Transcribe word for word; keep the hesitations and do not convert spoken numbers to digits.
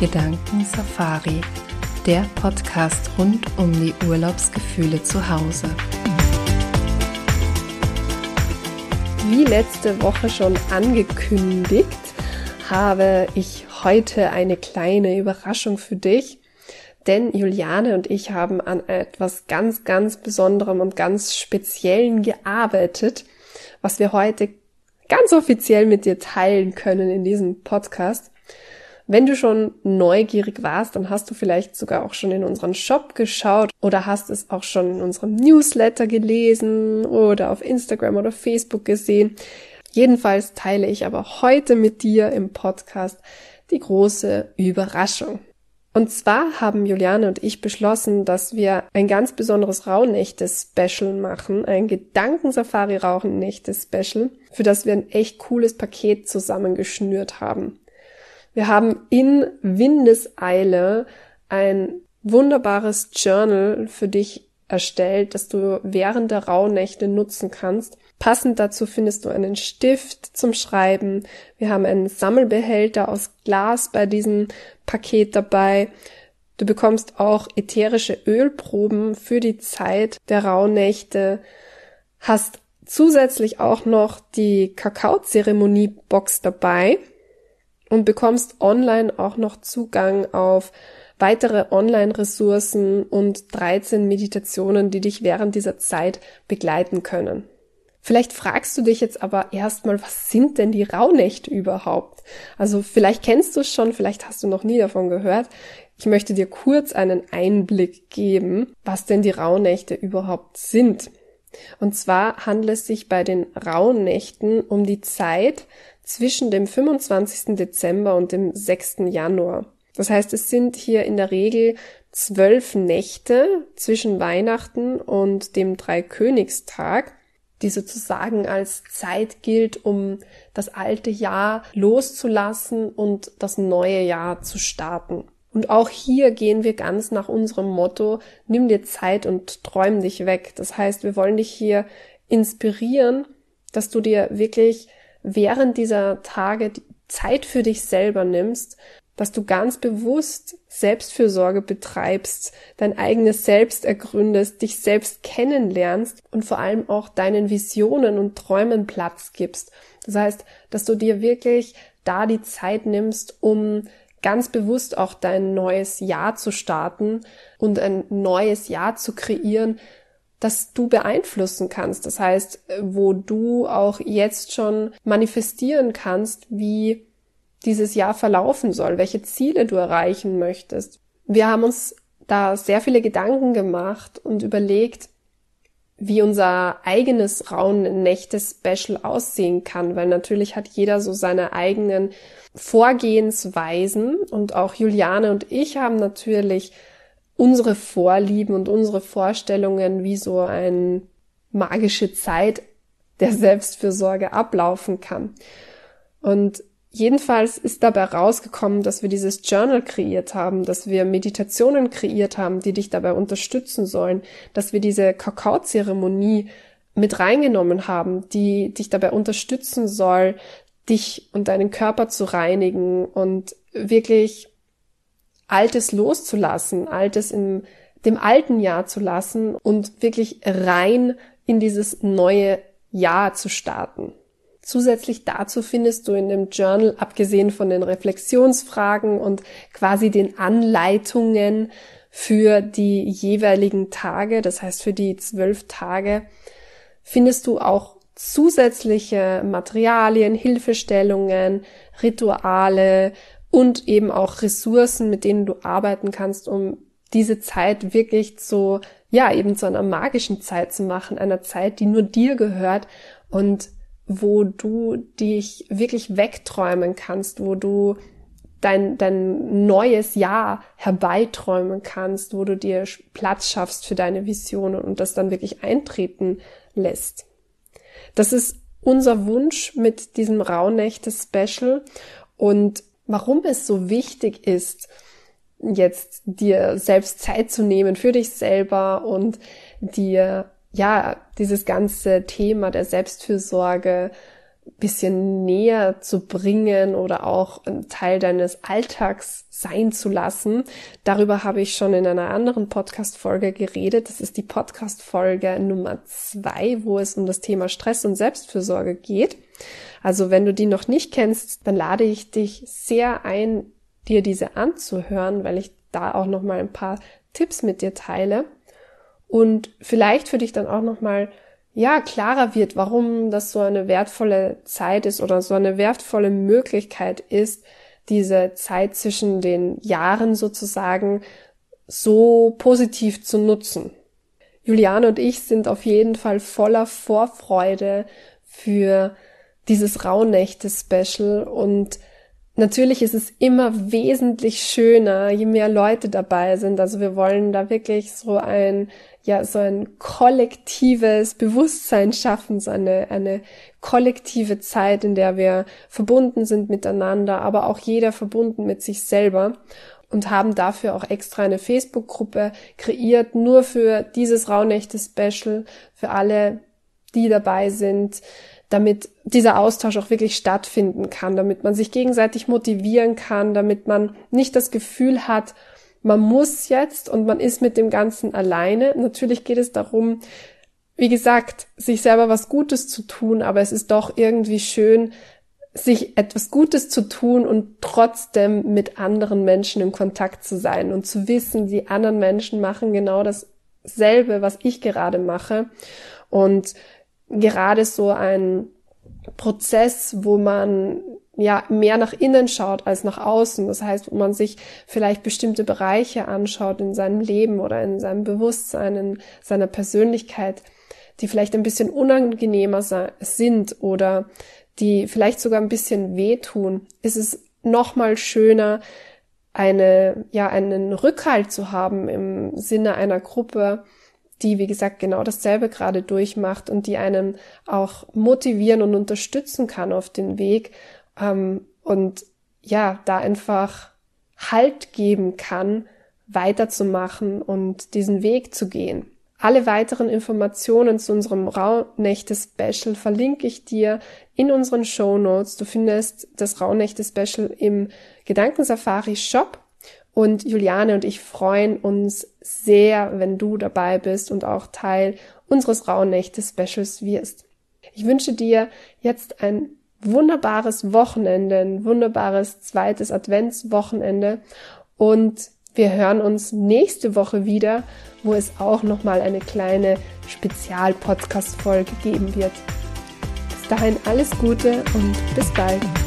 Gedankensafari, der Podcast rund um die Urlaubsgefühle zu Hause. Wie letzte Woche schon angekündigt, habe ich heute eine kleine Überraschung für dich, denn Juliane und ich haben an etwas ganz, ganz Besonderem und ganz Speziellen gearbeitet, was wir heute ganz offiziell mit dir teilen können in diesem Podcast. Wenn du schon neugierig warst, dann hast du vielleicht sogar auch schon in unseren Shop geschaut oder hast es auch schon in unserem Newsletter gelesen oder auf Instagram oder Facebook gesehen. Jedenfalls teile ich aber heute mit dir im Podcast die große Überraschung. Und zwar haben Juliane und ich beschlossen, dass wir ein ganz besonderes Rauhnächte-Special machen, ein Gedankensafari-Rauhnächte-Special, für das wir ein echt cooles Paket zusammengeschnürt haben. Wir haben in Windeseile ein wunderbares Journal für dich erstellt, das du während der Rauhnächte nutzen kannst. Passend dazu findest du einen Stift zum Schreiben. Wir haben einen Sammelbehälter aus Glas bei diesem Paket dabei. Du bekommst auch ätherische Ölproben für die Zeit der Rauhnächte. Hast zusätzlich auch noch die Kakaozeremonie-Box dabei und bekommst online auch noch Zugang auf weitere Online-Ressourcen und dreizehn Meditationen, die dich während dieser Zeit begleiten können. Vielleicht fragst du dich jetzt aber erstmal, was sind denn die Rauhnächte überhaupt? Also vielleicht kennst du es schon, vielleicht hast du noch nie davon gehört. Ich möchte dir kurz einen Einblick geben, was denn die Rauhnächte überhaupt sind. Und zwar handelt es sich bei den Rauhnächten um die Zeit zwischen dem fünfundzwanzigsten Dezember und dem sechsten Januar. Das heißt, es sind hier in der Regel zwölf Nächte zwischen Weihnachten und dem Dreikönigstag, die sozusagen als Zeit gilt, um das alte Jahr loszulassen und das neue Jahr zu starten. Und auch hier gehen wir ganz nach unserem Motto, nimm dir Zeit und träum dich weg. Das heißt, wir wollen dich hier inspirieren, dass du dir wirklich während dieser Tage die Zeit für dich selber nimmst, dass du ganz bewusst Selbstfürsorge betreibst, dein eigenes Selbst ergründest, dich selbst kennenlernst und vor allem auch deinen Visionen und Träumen Platz gibst. Das heißt, dass du dir wirklich da die Zeit nimmst, um ganz bewusst auch dein neues Jahr zu starten und ein neues Jahr zu kreieren, das du beeinflussen kannst. Das heißt, wo du auch jetzt schon manifestieren kannst, wie dieses Jahr verlaufen soll, welche Ziele du erreichen möchtest. Wir haben uns da sehr viele Gedanken gemacht und überlegt, wie unser eigenes Rauhnächte-Special aussehen kann, weil natürlich hat jeder so seine eigenen Vorgehensweisen und auch Juliane und ich haben natürlich unsere Vorlieben und unsere Vorstellungen, wie so eine magische Zeit der Selbstfürsorge ablaufen kann. Und jedenfalls ist dabei rausgekommen, dass wir dieses Journal kreiert haben, dass wir Meditationen kreiert haben, die dich dabei unterstützen sollen, dass wir diese Kakaozeremonie mit reingenommen haben, die dich dabei unterstützen soll, dich und deinen Körper zu reinigen und wirklich Altes loszulassen, Altes in dem alten Jahr zu lassen und wirklich rein in dieses neue Jahr zu starten. Zusätzlich dazu findest du in dem Journal, abgesehen von den Reflexionsfragen und quasi den Anleitungen für die jeweiligen Tage, das heißt für die zwölf Tage, findest du auch zusätzliche Materialien, Hilfestellungen, Rituale und eben auch Ressourcen, mit denen du arbeiten kannst, um diese Zeit wirklich zu, ja, eben zu einer magischen Zeit zu machen, einer Zeit, die nur dir gehört und wo du dich wirklich wegträumen kannst, wo du dein, dein neues Jahr herbeiträumen kannst, wo du dir Platz schaffst für deine Visionen und das dann wirklich eintreten lässt. Das ist unser Wunsch mit diesem Rauhnächte-Special und warum es so wichtig ist, jetzt dir selbst Zeit zu nehmen für dich selber und dir ja dieses ganze Thema der Selbstfürsorge bisschen näher zu bringen oder auch ein Teil deines Alltags sein zu lassen. Darüber habe ich schon in einer anderen Podcast-Folge geredet. Das ist die Podcast-Folge Nummer zwei, wo es um das Thema Stress und Selbstfürsorge geht. Also wenn du die noch nicht kennst, dann lade ich dich sehr ein, dir diese anzuhören, weil ich da auch nochmal ein paar Tipps mit dir teile und vielleicht für dich dann auch nochmal ja, klarer wird, warum das so eine wertvolle Zeit ist oder so eine wertvolle Möglichkeit ist, diese Zeit zwischen den Jahren sozusagen so positiv zu nutzen. Juliane und ich sind auf jeden Fall voller Vorfreude für dieses Rauhnächte-Special und natürlich ist es immer wesentlich schöner, je mehr Leute dabei sind. Also wir wollen da wirklich so ein, ja, so ein kollektives Bewusstsein schaffen, so eine, eine kollektive Zeit, in der wir verbunden sind miteinander, aber auch jeder verbunden mit sich selber und haben dafür auch extra eine Facebook-Gruppe kreiert, nur für dieses Rauhnächte-Special, für alle, die dabei sind, damit dieser Austausch auch wirklich stattfinden kann, damit man sich gegenseitig motivieren kann, damit man nicht das Gefühl hat, man muss jetzt und man ist mit dem Ganzen alleine. Natürlich geht es darum, wie gesagt, sich selber was Gutes zu tun, aber es ist doch irgendwie schön, sich etwas Gutes zu tun und trotzdem mit anderen Menschen in Kontakt zu sein und zu wissen, die anderen Menschen machen genau dasselbe, was ich gerade mache. Und gerade so ein Prozess, wo man ja mehr nach innen schaut als nach außen. Das heißt, wo man sich vielleicht bestimmte Bereiche anschaut in seinem Leben oder in seinem Bewusstsein, in seiner Persönlichkeit, die vielleicht ein bisschen unangenehmer sind oder die vielleicht sogar ein bisschen wehtun, ist es nochmal schöner, eine, ja, einen Rückhalt zu haben im Sinne einer Gruppe, die, wie gesagt, genau dasselbe gerade durchmacht und die einen auch motivieren und unterstützen kann auf den Weg, ähm, und ja, da einfach Halt geben kann, weiterzumachen und diesen Weg zu gehen. Alle weiteren Informationen zu unserem Rauhnächte-Special verlinke ich dir in unseren Shownotes. Du findest das Rauhnächte-Special im Gedankensafari-Shop. Und Juliane und ich freuen uns sehr, wenn du dabei bist und auch Teil unseres Rauhnächte-Specials wirst. Ich wünsche dir jetzt ein wunderbares Wochenende, ein wunderbares zweites Adventswochenende und wir hören uns nächste Woche wieder, wo es auch nochmal eine kleine Spezial-Podcast-Folge geben wird. Bis dahin alles Gute und bis bald.